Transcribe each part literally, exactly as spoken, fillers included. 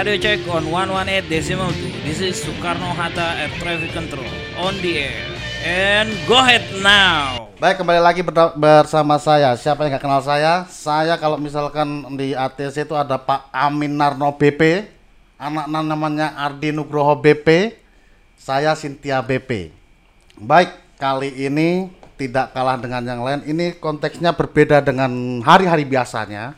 Radio check on one eighteen decimal two. This is Soekarno-Hatta Air Traffic Control on the air. And go ahead now. Baik, kembali lagi bersama saya. Siapa yang gak kenal saya? Saya kalau misalkan di A T C itu ada Pak Amin Narno B P, anak namanya Ardi Nugroho B P, saya Cynthia B P. Baik, kali ini tidak kalah dengan yang lain. Ini konteksnya berbeda dengan hari-hari biasanya.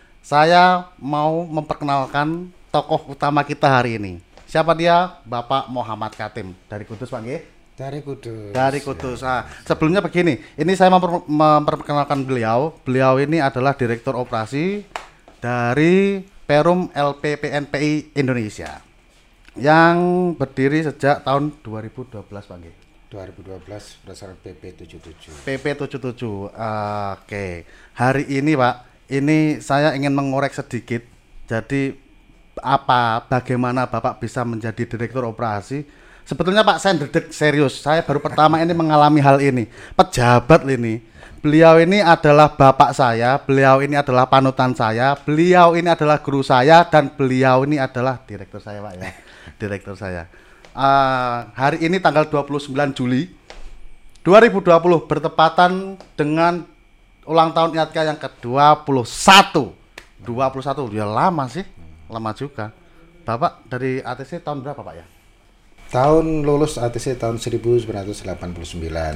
Saya mau memperkenalkan tokoh utama kita hari ini. Siapa dia? Bapak Muhammad Katim dari Kudus, Pak Nggih? Dari Kudus. Dari Kudus. Nah, sebelumnya begini, ini saya memper- memperkenalkan beliau. Beliau ini adalah Direktur Operasi dari Perum L P P N P I Indonesia yang berdiri sejak tahun dua ribu dua belas, Pak Nggih. dua ribu dua belas berdasarkan P P tujuh puluh tujuh. P P tujuh puluh tujuh. Uh, Oke. Okay. Hari ini, Pak, ini saya ingin mengorek sedikit. Jadi apa, bagaimana Bapak bisa menjadi Direktur Operasi? Sebetulnya Pak, saya dedek serius. Saya baru pertama ini mengalami hal ini. Pejabat ini, beliau ini adalah bapak saya, beliau ini adalah panutan saya, beliau ini adalah guru saya, dan beliau ini adalah direktur saya, Pak ya. Direktur saya. Uh, hari ini tanggal dua puluh sembilan Juli dua ribu dua puluh bertepatan dengan ulang tahun I A T K yang ke dua puluh satu. dua puluh satu, ya lama sih. Lama juga. Bapak dari A T C tahun berapa, Pak ya? Tahun lulus A T C tahun seribu sembilan ratus delapan puluh sembilan.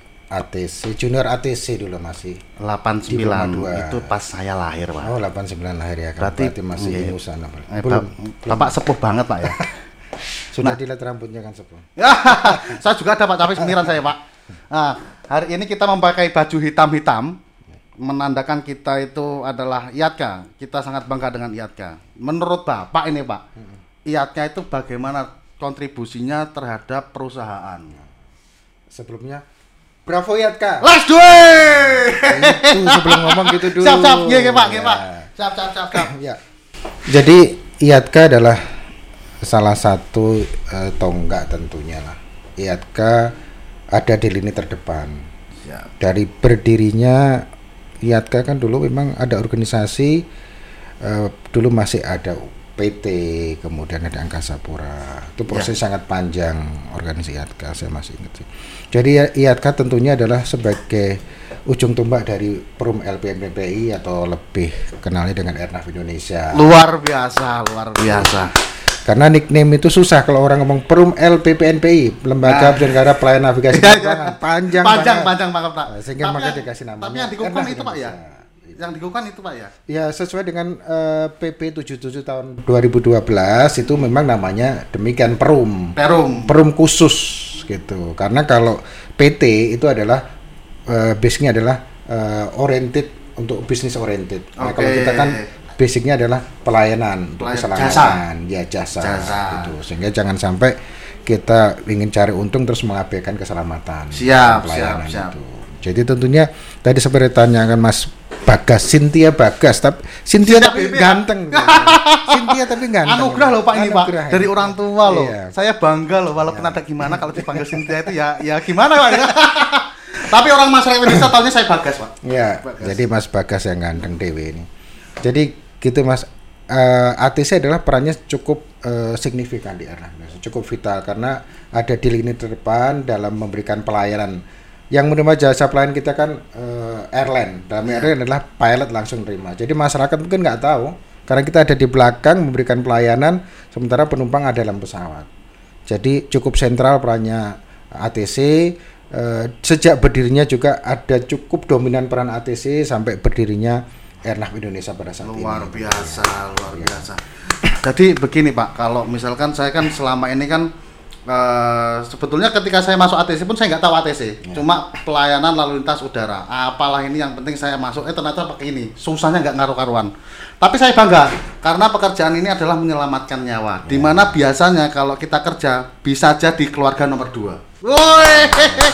A T C junior A T C dulu masih. delapan puluh sembilan itu pas saya lahir, Pak. Oh, delapan puluh sembilan lahir ya kan. Berarti, Berarti masih iya. ingusan apa? Eh, Belum, Bapak, Bapak sepuh banget, Pak ya. Sudah Nah. dilihat rambutnya kan sepuh. Saya juga ada, Pak, tapi semiran saya, Pak. Nah, hari ini kita memakai baju hitam-hitam, menandakan kita itu adalah I A T K. Kita sangat bangga dengan I A T K. Menurut Bapak ini, Pak, I A T K itu bagaimana kontribusinya terhadap perusahaan? Sebelumnya bravo I A T K. Let's do it. Itu sebelum ngomong gitu dulu. Siap, siap, nggih, Pak, nggih, Ya. Pak. Siap, siap, siap, siap. Ya. Jadi I A T K adalah salah satu uh, tonggak tentunya lah. I A T K ada di lini terdepan. Siap. Dari berdirinya I A T K kan dulu memang ada organisasi, uh, dulu masih ada P T, kemudian ada Angkasa Pura. Itu proses Ya. sangat panjang organisasi I A T K, saya masih ingat sih. Jadi I A T K tentunya adalah sebagai ujung tombak dari Perum L P P N P I atau lebih kenalnya dengan Airnav Indonesia. Luar biasa, luar biasa. Karena nickname itu susah kalau orang ngomong Perum L P P N P I, Lembaga Penyelenggara Pelayanan Navigasi Penerbangan. Panjang Panjang, banget. panjang banget, Pak. Sehingga Tapi makanya yang- dikasih namanya. Tapi yang dikukuhkan Airnav itu, Pak ya. Indonesia. Yang dikukuhkan itu, Pak ya. Ya sesuai dengan uh, P P tujuh puluh tujuh tahun dua ribu dua belas itu memang namanya demikian Perum. Perum. Perum khusus gitu. Karena kalau P T itu adalah uh, base-nya adalah uh, oriented untuk bisnis oriented. Nah, Oke. kalau kita kan basicnya adalah pelayanan untuk Pelayan- keselamatan, ya jasa, Jasa. gitu. Sehingga jangan sampai kita ingin cari untung terus mengabaikan keselamatan. Siap, pelayanan siap, siap. itu. Jadi tentunya tadi seperti tanyakan Mas Bagas, Cynthia Bagas, tapi Cynthia tapi Cynthia, ganteng. Cynthia tapi ganteng. Anugerah loh, Pak, ini, Pak. Anugerah Dari ini. orang tua loh. Iya. Saya bangga loh, walaupun ada gimana kalau dipanggil Cynthia itu ya ya gimana, Pak. Tapi orang masyarakat Indonesia tahunya saya Bagas, Pak. Ya, Bagas. jadi Mas Bagas yang ganteng dewe ini. Jadi gitu Mas, uh, A T C adalah perannya cukup uh, signifikan di Airnav Indonesia, cukup vital karena ada di lini terdepan dalam memberikan pelayanan. Yang menerima jasa pelayanan kita kan uh, airline, dalam Ya. airline adalah pilot langsung terima. Jadi masyarakat mungkin nggak tahu karena kita ada di belakang memberikan pelayanan, sementara penumpang ada dalam pesawat. Jadi cukup sentral perannya A T C. Uh, sejak berdirinya juga ada cukup dominan peran A T C sampai berdirinya Airnav Indonesia pada saat ini. Luar biasa, luar biasa. Jadi begini, Pak, kalau misalkan saya kan selama ini kan uh, sebetulnya ketika saya masuk A T C pun saya nggak tahu A T C, Ya. cuma pelayanan lalu lintas udara. Apalah ini yang penting saya masuk, eh ternyata pakai ini, susahnya nggak ngaruh-karuan. Tapi saya bangga karena pekerjaan ini adalah menyelamatkan nyawa. Ya. Dimana biasanya kalau kita kerja bisa jadi keluarga nomor dua. Woi.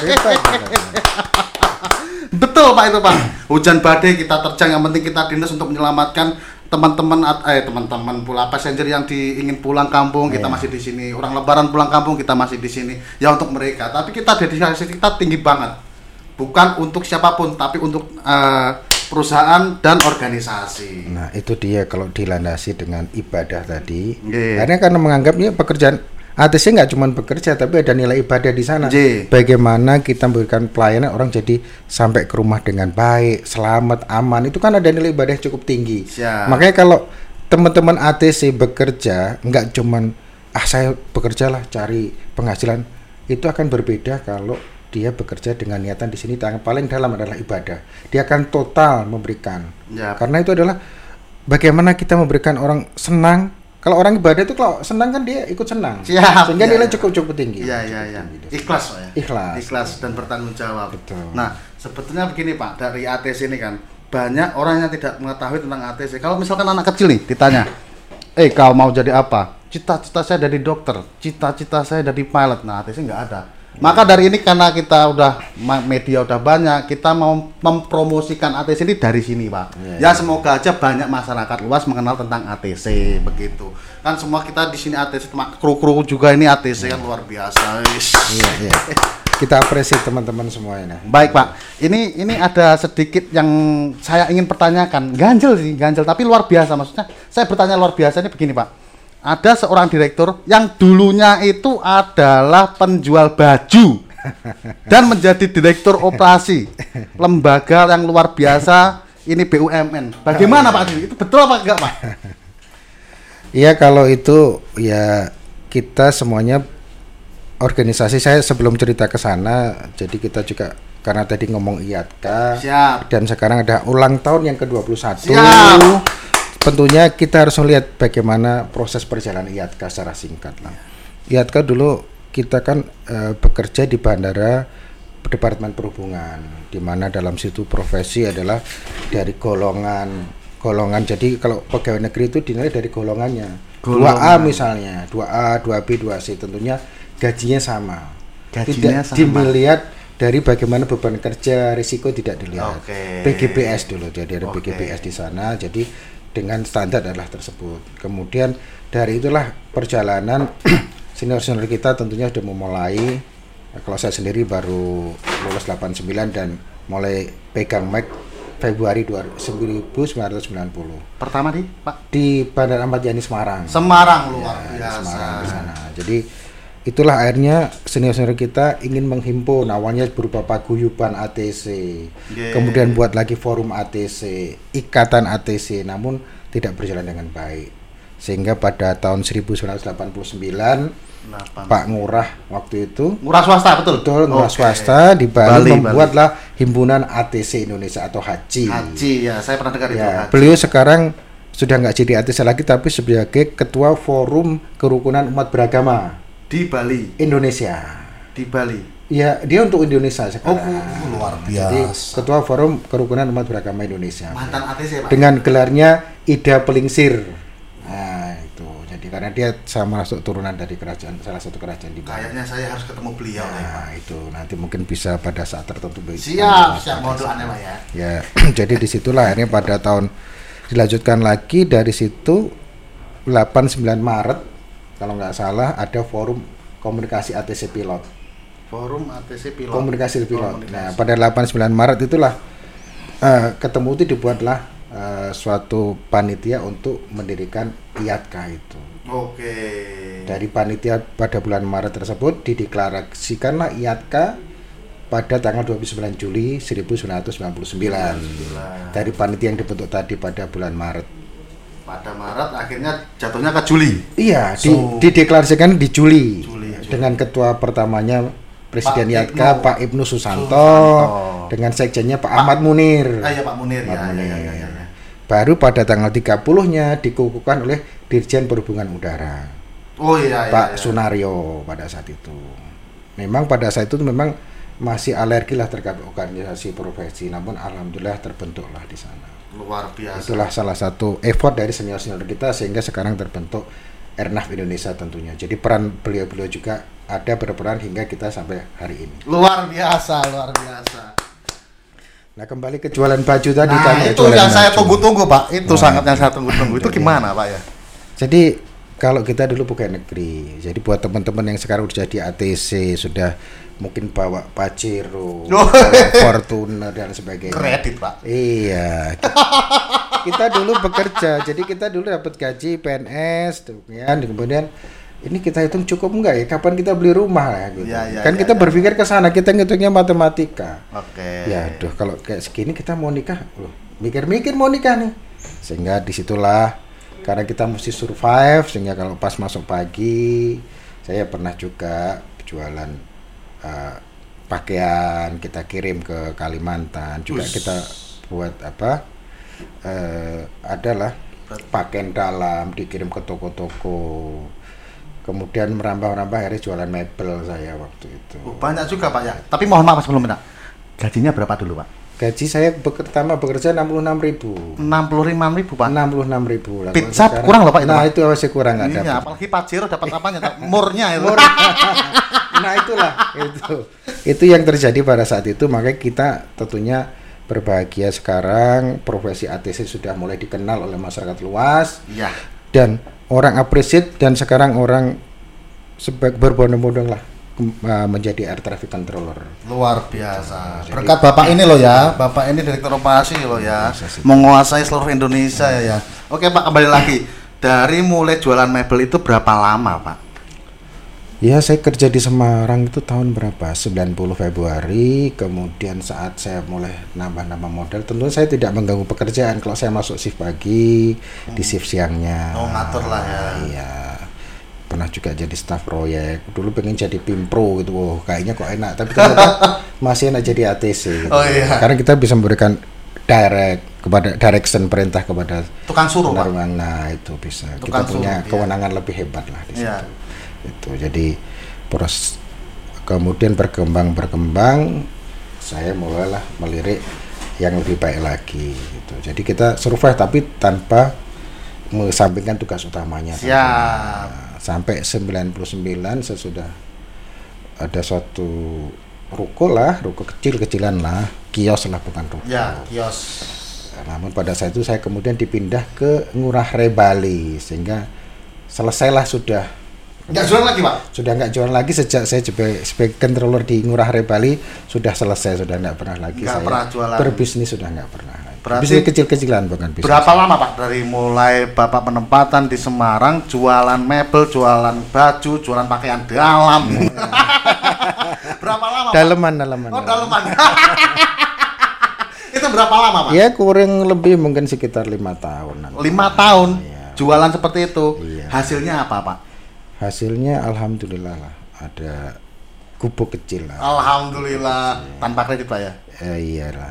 Betul, Pak, itu, Pak. Hujan badai kita terjang, yang penting kita dinas untuk menyelamatkan teman-teman at- eh teman-teman pula passenger yang di, ingin pulang kampung, kita Yeah. masih di sini. Orang lebaran pulang kampung, kita masih di sini. Ya untuk mereka. Tapi kita dedikasi kita tinggi banget. Bukan untuk siapapun, tapi untuk uh, perusahaan dan organisasi. Nah, itu dia kalau dilandasi dengan ibadah tadi. Nggih. Karena karena menganggapnya pekerjaan A T C nggak cuma bekerja, tapi ada nilai ibadah di sana. Nggih. Bagaimana kita memberikan pelayanan orang jadi sampai ke rumah dengan baik, selamat, aman. Itu kan ada nilai ibadah yang cukup tinggi. Siap. Makanya kalau teman-teman A T C bekerja, nggak cuman ah saya bekerja lah cari penghasilan, itu akan berbeda kalau dia bekerja dengan niatan di sini yang paling dalam adalah ibadah. Dia akan total memberikan. Yap. Karena itu adalah bagaimana kita memberikan orang senang. Kalau orang ibadah itu kalau senang kan dia ikut senang. Siap, Sehingga ya, nilai ya. cukup cukup tinggi. Iya iya iya. Ikhlas Pak ya. Ikhlas. Ikhlas dan bertanggung jawab. Betul. Nah, sebetulnya begini Pak, dari A T C ini kan banyak orang yang tidak mengetahui tentang A T C. Kalau misalkan anak kecil nih ditanya, "Eh, kau mau jadi apa?" Cita-cita saya jadi dokter, cita-cita saya jadi pilot. Nah, A T C nggak ada. Maka dari ini karena kita udah media udah banyak, kita mau mempromosikan A T C ini dari sini, Pak. Ya, ya semoga aja banyak masyarakat luas mengenal tentang A T C begitu. Kan semua kita di sini A T C, kru-kru juga ini A T C kan luar biasa. Iya, iya. Kita apresiasi teman-teman semua ini. Baik, Pak. Ini ini ada sedikit yang saya ingin pertanyakan. Ganjel sih, ganjel tapi luar biasa maksudnya. Saya bertanya luar biasa ini begini, Pak. Ada seorang direktur yang dulunya itu adalah penjual baju dan menjadi direktur operasi lembaga yang luar biasa ini B U M N. Bagaimana Pak? Itu betul apa enggak Pak? Iya kalau itu ya kita semuanya organisasi saya sebelum cerita ke sana, jadi kita juga karena tadi ngomong I A T K. Siap. Dan sekarang ada ulang tahun yang ke dua puluh satu. Siap. Tentunya kita harus melihat bagaimana proses perjalanan I A T K secara singkat lah. I A T K dulu kita kan e, bekerja di bandara Departemen Perhubungan, di mana dalam situ profesi adalah dari golongan golongan. Jadi kalau pegawai negeri itu dinilai dari golongannya. Golongan. dua A misalnya, dua A, dua B, dua C, tentunya gajinya sama. Gajinya tidak sama. dilihat dari bagaimana beban kerja, risiko tidak dilihat. Okay. P G P S dulu, jadi ada Okay. P G P S di sana. Jadi dengan standar adalah tersebut. Kemudian dari itulah perjalanan senior-senior kita tentunya sudah memulai. Nah, kalau saya sendiri baru lulus delapan puluh sembilan dan mulai pegang mic Februari seribu sembilan ratus sembilan puluh. Pertama di Pak Di Bandar Ahmad Yani Semarang. Semarang luar Ya, biasa. Semarang di sana. Jadi itulah akhirnya senior-senior kita ingin menghimpun, awalnya berupa paguyuban A T C, yeah. kemudian buat lagi forum A T C, ikatan A T C, namun tidak berjalan dengan baik. Sehingga pada tahun seribu sembilan ratus delapan puluh sembilan delapan. Pak Ngurah waktu itu, Ngurah swasta betul? betul Ngurah Okay. swasta di Bali, Bali membuatlah himpunan A T C Indonesia atau Haji. Haji ya, saya pernah dengar itu. Ya, Haji. beliau sekarang sudah nggak jadi A T C lagi, tapi sebagai ketua forum kerukunan umat beragama Di Bali. Indonesia. Di Bali. Ya, dia untuk Indonesia sekarang. Oh, luar Jadi biasa. ketua forum kerukunan umat beragama Indonesia. Mantan A T C Pak. Dengan gelarnya Ida Pelingsir. Nah, itu. Jadi karena dia sama masuk turunan dari kerajaan, salah satu kerajaan di Bali. Kayaknya saya harus ketemu beliau nih Pak. Nah, itu nanti mungkin bisa pada saat tertentu. Siap, siap mohon doanya Pak ya. Ya, jadi disitulah akhirnya pada tahun dilanjutkan lagi dari situ delapan puluh sembilan Maret kalau nggak salah ada forum komunikasi A T C pilot. Forum A T C pilot. Komunikasi pilot. Komunikasi. Nah, pada delapan puluh sembilan Maret itulah uh, ketemu itu dibuatlah uh, suatu panitia untuk mendirikan I A T K itu. Oke. Dari panitia pada bulan Maret tersebut dideklarasikanlah I A T K pada tanggal dua puluh sembilan Juli seribu sembilan ratus sembilan puluh sembilan. Dari panitia yang dibentuk tadi pada bulan Maret. Pada Maret akhirnya jatuhnya ke Juli. Iya, di, So- dideklarasikan di Juli, Juli, Juli. dengan ketua pertamanya Presiden Pak I A T K Ibnu. Pak Ibnu Susanto, Susanto. dengan sekjennya Pak Ahmad Munir. Ah ya Pak Munir Pak ya, Munir. ya, ya, ya, ya. Baru pada tanggal tiga puluh-nya dikukuhkan oleh Dirjen Perhubungan Udara Oh iya Pak iya, iya. Sunario pada saat itu. Memang pada saat itu memang masih alergi lah terkait organisasi profesi, namun alhamdulillah terbentuklah di sana. Luar biasa. Itulah salah satu effort dari senior-senior kita sehingga sekarang terbentuk Airnav Indonesia tentunya. Jadi peran beliau-beliau juga ada berperan hingga kita sampai hari ini. Luar biasa, luar biasa. Nah, kembali ke jualan baju tadi Nah, kan ya, itu jualan yang saya baju. tunggu-tunggu, Pak. Itu Nah, sangat yang saya tunggu-tunggu. Itu gimana, Pak ya? Jadi Kalau kita dulu pegawai negeri, jadi buat teman-teman yang sekarang udah jadi A T C, sudah mungkin bawa Pajero, Oh. Fortuner dan sebagainya. Kredit, Pak. Iya. Kita dulu bekerja, jadi kita dulu dapat gaji P N S, tuh, ya, dan kemudian ini kita hitung cukup enggak ya? Kapan kita beli rumah ya? Gitu. Ya, ya, kan ya, kita ya. berpikir ke sana, kita ngitungnya matematika. Oke. Ya, aduh, kalau kayak segini kita mau nikah, loh, mikir-mikir mau nikah nih, sehingga disitulah karena kita mesti survive, sehingga kalau pas masuk pagi, saya pernah juga jualan uh, pakaian, kita kirim ke Kalimantan, juga Ush. kita buat apa? Uh, adalah pakaian dalam dikirim ke toko-toko, kemudian merambah-rambah akhirnya jualan mebel saya waktu itu. Oh, banyak juga Pak ya. Tapi mohon maaf sebelum minta. Gajinya berapa dulu Pak? Gaji saya pertama bekerja enam puluh enam ribu. enam puluh lima ribu Pak. enam puluh enam ribu. Lah, Pizza kalau sekarang- kurang loh, Pak, itu, Nah Pak. itu masih kurang nggak Iya, dapat. apalagi Pajero dapat apanya? tak- Murnya itu. Murah. Nah itulah itu itu yang terjadi pada saat itu, makanya kita tentunya berbahagia sekarang profesi A T C sudah mulai dikenal oleh masyarakat luas Iya. dan orang appreciate, dan sekarang orang sebagai berbondong-bondong lah ke- uh, menjadi air traffic controller. Luar biasa. Jadi- Berkat Bapak ini loh ya, Bapak ini direktur operasi loh ya, menguasai seluruh Indonesia ya ya. Oke Pak, kembali lagi. Dari mulai jualan mebel itu berapa lama Pak? Ya, saya kerja di Semarang itu tahun berapa? sembilan puluh Februari. Kemudian saat saya mulai nambah-nambah modal, tentu saya tidak mengganggu pekerjaan. Kalau saya masuk shift pagi, di shift siangnya. Oh, ngatur lah ya. Iya. Pernah juga jadi staf proyek. Dulu pengen jadi pimpro gitu. Oh, kayaknya kok enak. Tapi ternyata masih enak jadi A T C gitu. Oh, iya. Karena kita bisa memberikan direct kepada direction, perintah kepada Tukang suruh Pak. penerbang. Nah, itu bisa. Tukang Kita punya suruh, iya. kewenangan lebih hebat lah di Iya. situ. Itu jadi proses kemudian berkembang berkembang saya mulailah melirik yang lebih baik lagi gitu. Jadi kita survive tapi tanpa mengesampingkan tugas utamanya. Siap. Nah, sampai sembilan puluh sembilan sesudah ada suatu ruko lah, ruko kecil-kecilan lah, kios lah bukan ruko. Ya, kios. Namun pada saat itu saya kemudian dipindah ke Ngurah Rai Bali, sehingga selesailah sudah Nggak jualan lagi Pak? sudah nggak jualan lagi sejak saya sebagai, sebagai controller di Ngurah Rai Bali sudah selesai, sudah nggak pernah lagi Nggak saya pernah jualan. berbisnis, sudah nggak pernah. Berarti bisnis kecil-kecilan bukan bisnis. Berapa lama Pak dari mulai Bapak penempatan di Semarang, jualan mebel, jualan baju, jualan pakaian dalam? Berapa lama Pak? Daleman, daleman. Oh, daleman. Itu berapa lama Pak? Ya kurang lebih mungkin sekitar lima tahunan. Lima tahun Iya. jualan seperti itu. Iya. Hasilnya apa Pak? Hasilnya alhamdulillah lah, ada gubuk kecil lah. Alhamdulillah tanpa kredit Pak ya. Eh, iyalah.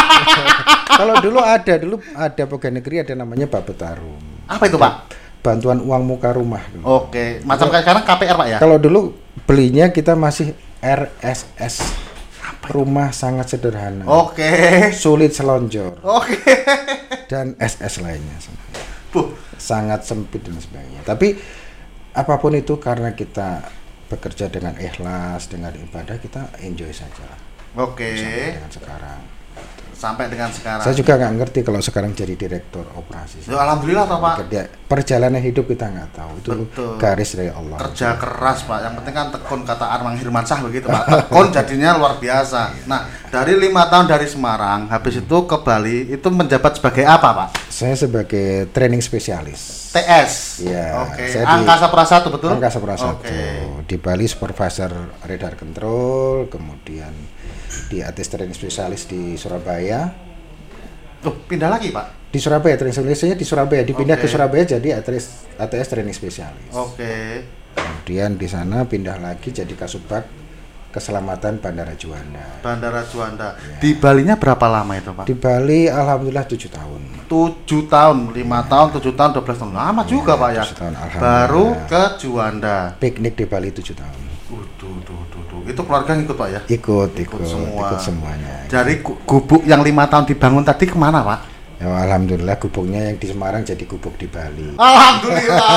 Kalau dulu ada, dulu ada pegawai negeri ada namanya Bapetarum. Apa itu Pak? Bantuan uang muka rumah. dulu. Oke, macam kayak sekarang K P R Pak ya? Kalau dulu belinya kita masih R S S. Rumah sangat sederhana. Oke. Sulit selonjor Oke. dan S S lainnya. Puh. Sangat sempit dan sebagainya. Tapi apapun itu karena kita bekerja dengan ikhlas, dengan ibadah, kita enjoy saja. Oke. Sampai dengan sekarang. Sampai dengan sekarang. Saya juga nggak ngerti kalau sekarang jadi direktur operasi. Ya, alhamdulillah toh Pak. Kerja, perjalanan hidup kita nggak tahu, itu Betul. garis dari Allah. Kerja keras Pak, yang penting kan tekun, kata Armang Hirmansyah begitu Pak. Tekun jadinya luar biasa. Nah, dari lima tahun dari Semarang, habis itu ke Bali, itu menjabat sebagai apa Pak? Saya sebagai training spesialis. T S. Iya, Oke. saya di- Angkasa Pura satu betul? Angkasa Pura satu. Oke. Di Bali supervisor radar control, kemudian di A T S training spesialis di Surabaya. Tuh, pindah lagi Pak. Di Surabaya training spesialisnya di Surabaya, dipindah Oke. ke Surabaya jadi A T S A T S training spesialis. Oke. Kemudian di sana pindah lagi jadi Kasubag Keselamatan Bandara Juanda. Bandara Juanda. Di Balinya berapa lama itu Pak? Di Bali alhamdulillah tujuh tahun. tujuh tahun, lima tahun, tujuh tahun, dua belas tahun. Lama juga Pak ya. tujuh tahun, alhamdulillah. Baru ke Juanda. Piknik di Bali tujuh tahun. Uh, tuh, tuh, tuh, tuh. Itu keluarga ngikut Pak ya? Ikut, ikut, Ikut semua. ikut semuanya. Dari gu- gubuk yang lima tahun dibangun tadi kemana Pak? Ya, alhamdulillah gubuknya yang di Semarang jadi gubuk di Bali. Alhamdulillah.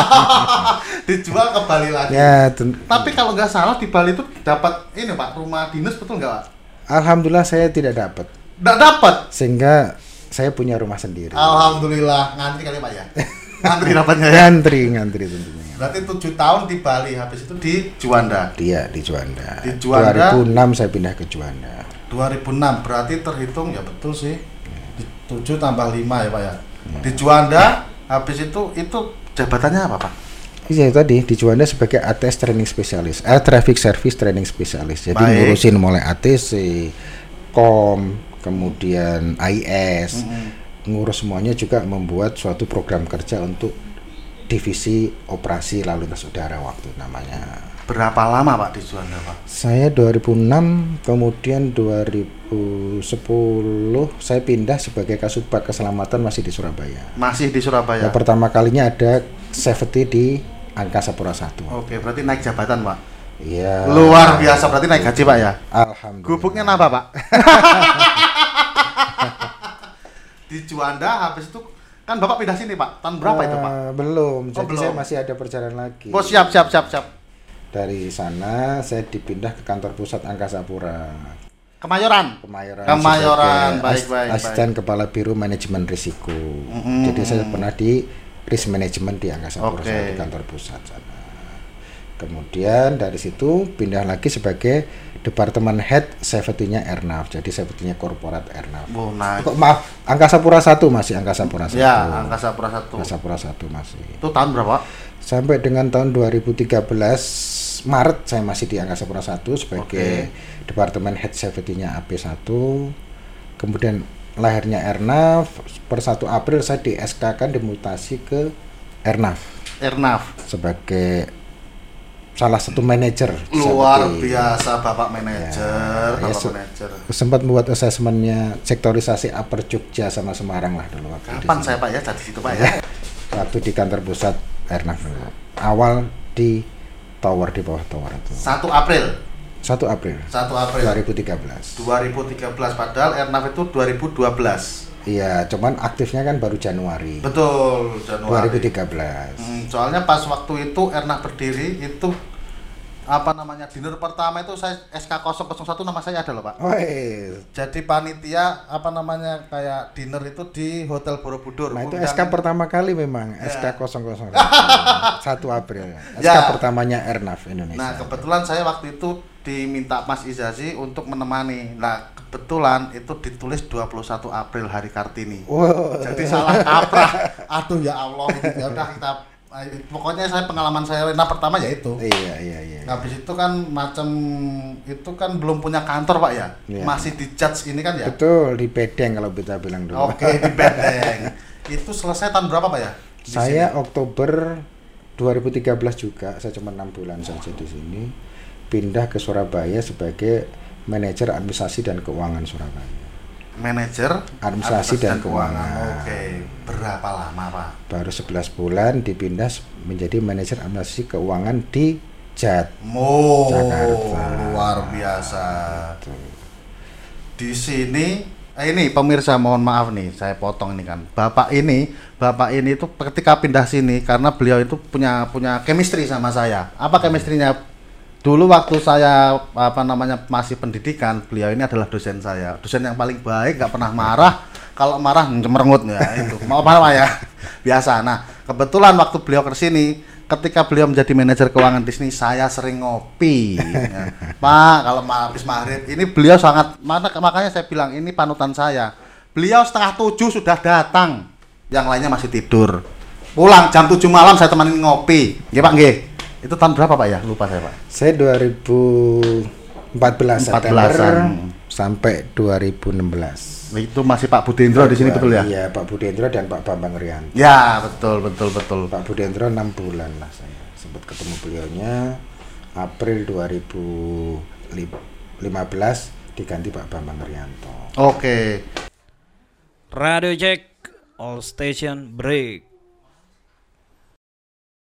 Dijual ke Bali lagi. Ya, ten- Tapi kalau nggak salah di Bali itu dapat ini Pak, rumah dinas betul nggak Pak? alhamdulillah saya tidak dapat, Nggak dapat. sehingga saya punya rumah sendiri. Alhamdulillah, ngantri kali Pak ya. Ngantri dapatnya ya. Ngantri, ngantri tentunya. Berarti tujuh tahun di Bali, habis itu di Juanda. Dia di Juanda. Di Juanda. dua ribu enam saya pindah ke Juanda. dua ribu enam berarti terhitung ya betul sih. Di tujuh tambah lima ya Pak ya. Di Juanda habis itu itu jabatannya apa Pak? Iya tadi di Juanda sebagai A T S Training Specialist, Air Traffic Service Training Specialist. Jadi Baik. ngurusin mulai A T C, Kom, kemudian A I S, Mm-hmm. ngurus semuanya juga membuat suatu program kerja untuk divisi operasi lalu lintas udara waktu namanya. Berapa lama Pak di Juanda Pak? Saya dua ribu enam, kemudian dua ribu sepuluh saya pindah sebagai Kasubag Keselamatan masih di Surabaya. Masih di Surabaya. Nah, pertama kalinya ada safety di Angkasa Pura satu. Oke, berarti naik jabatan Pak. Iya. Luar biasa, berarti naik gaji Pak ya. Alhamdulillah. Gubuknya nambah Pak. Di Juanda habis itu kan Bapak pindah sini Pak. Tahun berapa itu Pak? Eh, belum. Oh, Jadi belum. saya masih ada perjalanan lagi. Oh siap siap siap siap. Dari sana saya dipindah ke kantor pusat Angkasa Pura. Kemayoran. Kemayoran. Kemayoran, sebagai baik, as- baik, Asisten Kepala Biro Manajemen Risiko. Mm-mm, Jadi saya mm-mm. pernah di risk management di Angkasa Pura Oke. sana, di kantor pusat sana. Kemudian dari situ pindah lagi sebagai Departemen Head Safety-nya Airnav. Jadi safety-nya korporat Airnav. Oh, naik. Kok maaf, Angkasa Pura satu masih Angkasa Pura satu. Ya, Angkasa Pura satu. Angkasa Pura satu masih. Itu tahun berapa? Sampai dengan tahun dua ribu tiga belas Maret saya masih di Angkasa Pura satu sebagai Departemen Head Safety-nya A P satu. Kemudian lahirnya Airnav, per satu April saya di S K kan dimutasi ke Airnav Airnav. sebagai salah satu manajer. Luar safety. biasa Bapak manajer, Ya, ya, Bapak se- manajer. Sempat membuat asesmennya sektorisasi Upper Jogja sama Semarang lah dulu waktu di Kapan sini. saya Pak ya jadi situ Pak ya? Waktu di kantor pusat Airnav dulu. Awal di tower di bawah tower itu. satu April. satu April satu April dua ribu tiga belas. dua ribu tiga belas padahal Airnav itu dua ribu dua belas. Iya, cuman aktifnya kan baru Januari Betul, Januari. dua ribu tiga belas. Hmm, soalnya pas waktu itu Airnav berdiri itu apa namanya dinner pertama itu saya S K nol nol satu nama saya ada loh Pak. Woi, Jadi panitia apa namanya kayak dinner itu di Hotel Borobudur. nah itu Undang- S K pertama kali memang Ya. S K nol nol satu satu April. S K Ya. pertamanya Airnav Indonesia. Nah kebetulan saya waktu itu diminta Mas Izazi untuk menemani. Nah kebetulan itu ditulis dua puluh satu April hari Kartini. Wow. Jadi salah kaprah. Aduh ya Allah. Ya udah kita. Pokoknya saya pengalaman saya Rena pertama ya itu. Iya, iya, iya. Habis itu kan macam itu kan belum punya kantor Pak ya. Iya. Masih di judge ini kan ya. Betul, di Pedeng kalau kita bilang dulu. Oke di Bedeng. Itu selesai tahun berapa Pak ya? Di Saya sini? Oktober dua ribu tiga belas juga, saya cuma enam bulan saja di sini. Pindah ke Surabaya sebagai manajer administrasi dan keuangan Surabaya. Manajer Administrasi dan keuangan. Oke, berapa lama Pak? Baru sebelas bulan dipindah menjadi manajer administrasi keuangan di Jat. Mo, Jakarta. luar biasa. Di sini, eh, ini pemirsa mohon maaf nih, saya potong ini kan. Bapak ini, bapak ini itu ketika pindah sini karena beliau itu punya punya chemistry sama saya. Apa chemistry-nya? Dulu waktu saya apa namanya masih pendidikan, beliau ini adalah dosen saya. Dosen yang paling baik, nggak pernah marah. Kalau marah cemerengut ya itu. Mau apa ya? Biasa. Nah, kebetulan waktu beliau ke sini, ketika beliau menjadi manajer keuangan di sini, saya sering ngopi. Ya. Pak, kalau ma- habis maghrib, ini beliau sangat mana makanya saya bilang ini panutan saya. Beliau setengah tujuh sudah datang, yang lainnya masih tidur. Pulang jam tujuh malam saya temenin ngopi. Nggih Pak, nggih. Itu tahun berapa Pak ya? Lupa saya Pak. Saya dua ribu empat belas September empat-belasan. sampai dua ribu enam belas. Itu masih Pak Budendro di sini betul ya? Iya, Pak Budendro dan Pak Bambang Rianto. Ya, betul betul betul. Pak Budendro enam bulan lah saya sempat ketemu beliaunya. April dua ribu lima belas diganti Pak Bambang Rianto. Oke. Radio check, all station break.